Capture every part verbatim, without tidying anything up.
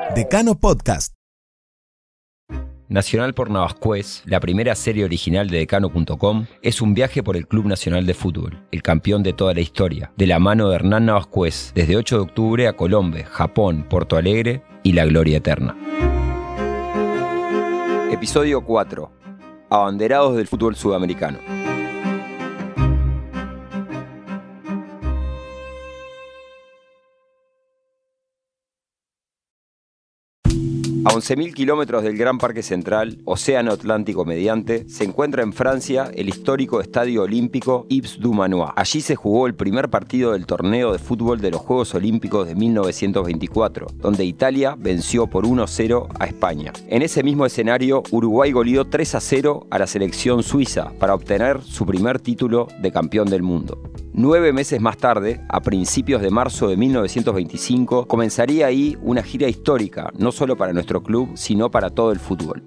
Decano Podcast. Nacional por Navascués, la primera serie original de Decano punto com, es un viaje por el Club Nacional de Fútbol, el campeón de toda la historia, de la mano de Hernán Navascués, desde ocho de octubre a Colombia, Japón, Porto Alegre y la gloria eterna. Episodio cuatro. Abanderados del fútbol sudamericano. A once mil kilómetros del Gran Parque Central, Océano Atlántico mediante, se encuentra en Francia el histórico Estadio Olímpico Yves du Manoir. Allí se jugó el primer partido del torneo de fútbol de los Juegos Olímpicos de mil novecientos veinticuatro, donde Italia venció por uno a cero a España. En ese mismo escenario, Uruguay goleó tres a cero a la selección suiza para obtener su primer título de campeón del mundo. Nueve meses más tarde, a principios de marzo de mil novecientos veinticinco, comenzaría ahí una gira histórica, no solo para nuestro club, sino para todo el fútbol.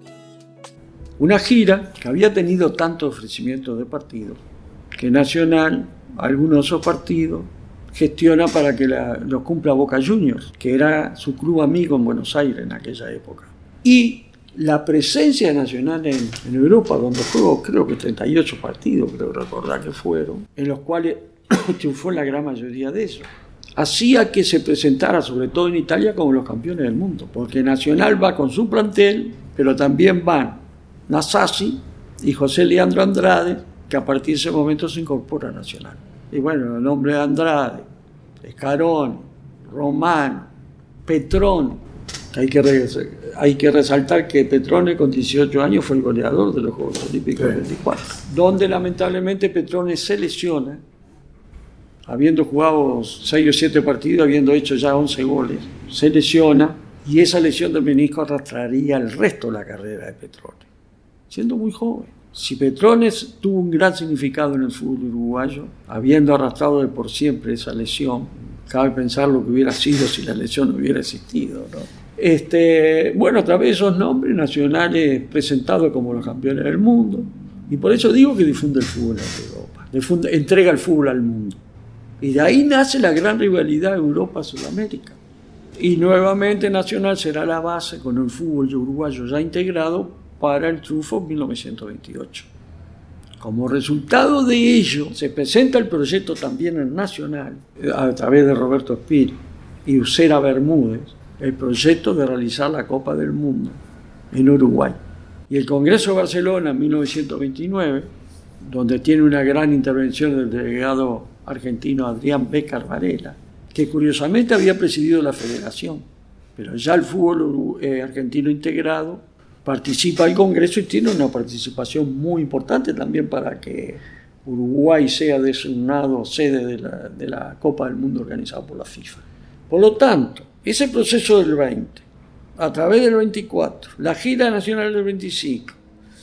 Una gira que había tenido tantos ofrecimientos de partidos, que Nacional, algunos de esos partidos, gestiona para que la, los cumpla Boca Juniors, que era su club amigo en Buenos Aires en aquella época. Y la presencia de Nacional en, en Europa, donde jugó creo que treinta y ocho partidos, creo recordar que fueron, en los cuales triunfó en la gran mayoría de esos, hacía que se presentara, sobre todo en Italia, como los campeones del mundo, porque Nacional va con su plantel, pero también van Nasazzi y José Leandro Andrade, que a partir de ese momento se incorpora a Nacional. Y bueno, el nombre de Andrade, Scaroni, Romano, Petrone, que hay que, re, hay que resaltar que Petrone con dieciocho años fue el goleador de los Juegos Olímpicos del veinticuatro, donde lamentablemente Petrone se lesiona, habiendo jugado seis o siete partidos, habiendo hecho ya once goles, se lesiona, y esa lesión del menisco arrastraría el resto de la carrera de Petrone, siendo muy joven. Si Petrone tuvo un gran significado en el fútbol uruguayo, habiendo arrastrado de por siempre esa lesión, cabe pensar lo que hubiera sido si la lesión no hubiera existido, ¿no? Este, bueno, a través de esos nombres nacionales presentados como los campeones del mundo, y por eso digo que difunde el fútbol en Europa, difunde, entrega el fútbol al mundo. Y de ahí nace la gran rivalidad Europa-Sudamérica. Y nuevamente Nacional será la base con el fútbol uruguayo ya integrado para el triunfo en mil novecientos veintiocho. Como resultado de ello, se presenta el proyecto también en Nacional, a través de Roberto Espiri y Usera Bermúdez, el proyecto de realizar la Copa del Mundo en Uruguay. Y el Congreso de Barcelona en mil novecientos veintinueve, donde tiene una gran intervención del delegado argentino Adrián Bécar Varela, que curiosamente había presidido la federación, pero ya el fútbol eh, argentino integrado participa al Congreso y tiene una participación muy importante también para que Uruguay sea designado sede de la, de la Copa del Mundo organizada por la FIFA. Por lo tanto, ese proceso del veinte, a través del veinticuatro, la gira nacional del veinticinco,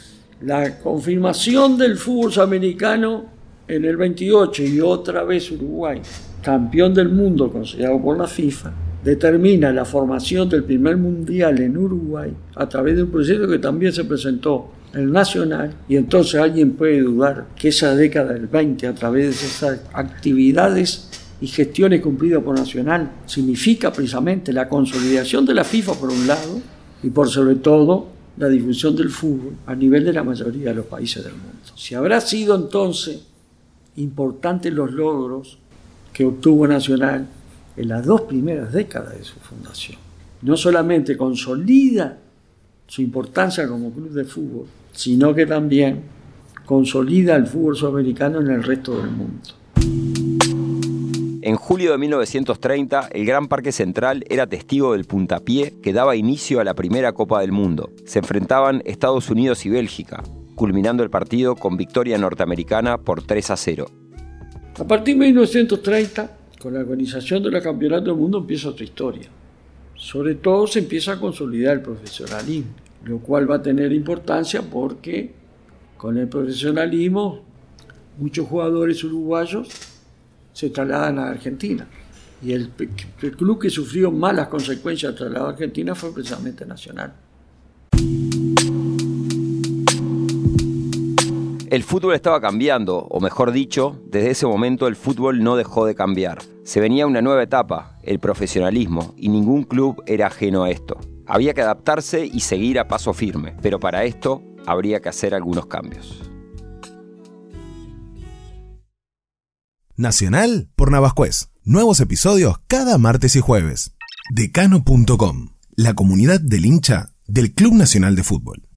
la confirmación del fútbol sudamericano en el veintiocho y otra vez Uruguay, campeón del mundo considerado por la FIFA, determina la formación del primer mundial en Uruguay a través de un proyecto que también se presentó en el Nacional, y entonces alguien puede dudar que esa década del veinte, a través de esas actividades y gestiones cumplidas por Nacional, significa precisamente la consolidación de la FIFA por un lado y por sobre todo la difusión del fútbol a nivel de la mayoría de los países del mundo. Si habrá sido entonces importantes los logros que obtuvo Nacional en las dos primeras décadas de su fundación, no solamente consolida su importancia como club de fútbol, sino que también consolida el fútbol sudamericano en el resto del mundo. En julio de mil novecientos treinta, el Gran Parque Central era testigo del puntapié que daba inicio a la primera Copa del Mundo. Se enfrentaban Estados Unidos y Bélgica, culminando el partido con victoria norteamericana por tres a cero. A partir de mil novecientos treinta, con la organización de los campeonatos del mundo empieza otra historia. Sobre todo se empieza a consolidar el profesionalismo, lo cual va a tener importancia porque con el profesionalismo muchos jugadores uruguayos se trasladan a Argentina. Y el, el club que sufrió más las consecuencias del traslado a Argentina fue precisamente Nacional. El fútbol estaba cambiando, o mejor dicho, desde ese momento el fútbol no dejó de cambiar. Se venía una nueva etapa, el profesionalismo, y ningún club era ajeno a esto. Había que adaptarse y seguir a paso firme, pero para esto habría que hacer algunos cambios. Nacional por Navascués. Nuevos episodios cada martes y jueves. Decano punto com, la comunidad del hincha del Club Nacional de Fútbol.